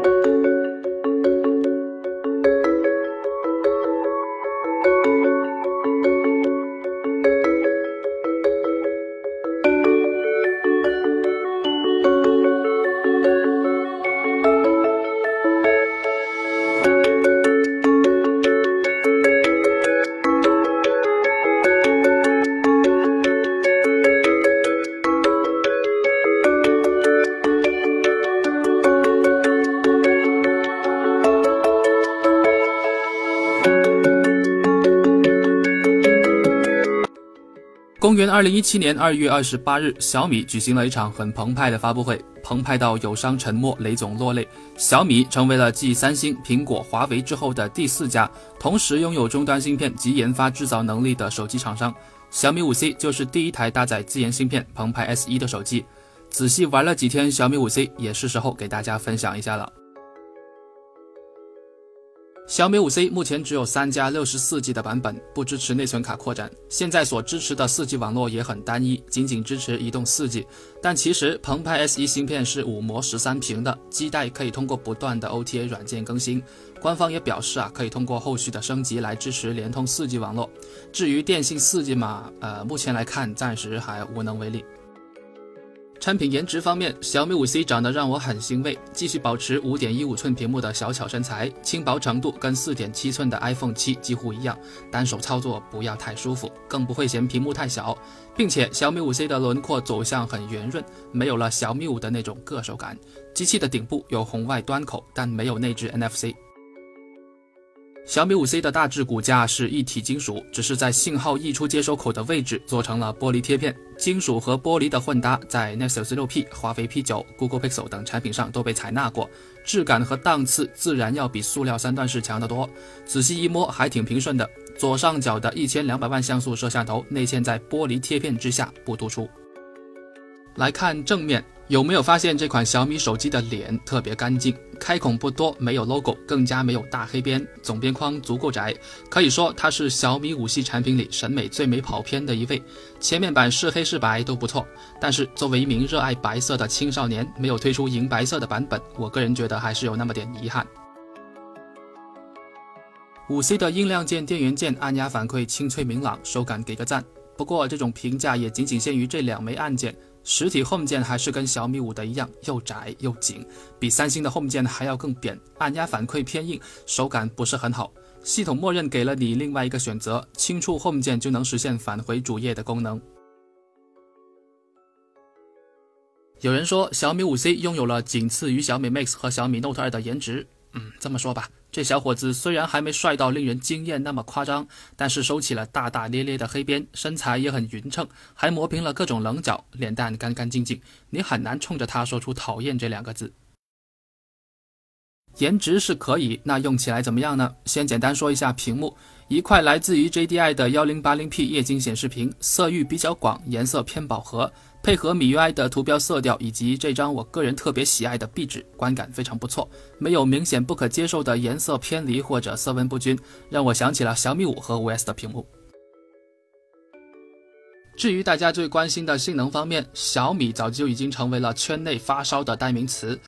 公元2017年2月28日，小米举行了一场很澎湃的发布会，澎湃到友商沉默，雷总落泪。小米成为了继三星、苹果、华为之后的第4家同时拥有终端芯片及研发制造能力的手机厂商。小米 5C 就是第一台搭载自研芯片澎湃 S1 的手机。仔细玩了几天小米 5C， 也是时候给大家分享一下了。小米 5C 目前只有3加 64G 的版本，不支持内存卡扩展。现在所支持的 4G 网络也很单一，仅支持移动 4G。但其实澎湃 S1 芯片是5模13屏的，基带可以通过不断的 OTA 软件更新。官方也表示可以通过后续的升级来支持联通 4G 网络。至于电信 4G 嘛，目前来看暂时还无能为力。产品颜值方面，小米 5C 长得让我很欣慰，继续保持 5.15 寸屏幕的小巧身材，轻薄程度跟 4.7 寸的 iPhone 7几乎一样，单手操作不要太舒服，更不会嫌屏幕太小，并且小米 5C 的轮廓走向很圆润，没有了小米5的那种硌手感。机器的顶部有红外端口，但没有内置 NFC。小米 5C 的大致骨架是一体金属，只是在信号溢出接收口的位置做成了玻璃贴片。金属和玻璃的混搭在 Nexus 6P、华为 P9、Google Pixel 等产品上都被采纳过，质感和档次自然要比塑料3段式强得多。仔细一摸还挺平顺的，左上角的1200万像素摄像头内嵌在玻璃贴片之下，不突出。来看正面，有没有发现这款小米手机的脸特别干净，开孔不多，没有 logo， 更加没有大黑边，总边框足够窄，可以说它是小米5系产品里审美最没跑偏的一位。前面板是黑是白都不错，但是作为一名热爱白色的青少年，没有推出银白色的版本，我个人觉得还是有那么点遗憾。5C 的音量键、电源键按压反馈清脆明朗，手感给个赞。不过这种评价也仅限于这2枚按键，实体 Home 键还是跟小米5的一样，又窄又紧，比三星的 Home 键还要更扁，按压反馈偏硬，手感不是很好。系统默认给了你另外一个选择，轻触 Home 键就能实现返回主页的功能。有人说小米 5C 拥有了仅次于小米 Mix 和小米 Note 2的颜值。这么说吧，这小伙子虽然还没帅到令人惊艳那么夸张，但是收起了大大咧咧的黑边，身材也很匀称，还磨平了各种棱角，脸蛋干干净净，你很难冲着他说出讨厌这2个字。颜值是可以，那用起来怎么样呢？先简单说一下屏幕，一块来自于 JDI 的 1080P 液晶显示屏，色域比较广，颜色偏饱和，配合 MIUI 的图标色调以及这张我个人特别喜爱的壁纸，观感非常不错，没有明显不可接受的颜色偏离或者色温不均，让我想起了小米5和 5S 的屏幕。至于大家最关心的性能方面，小米早就已经成为了圈内发烧的代名词，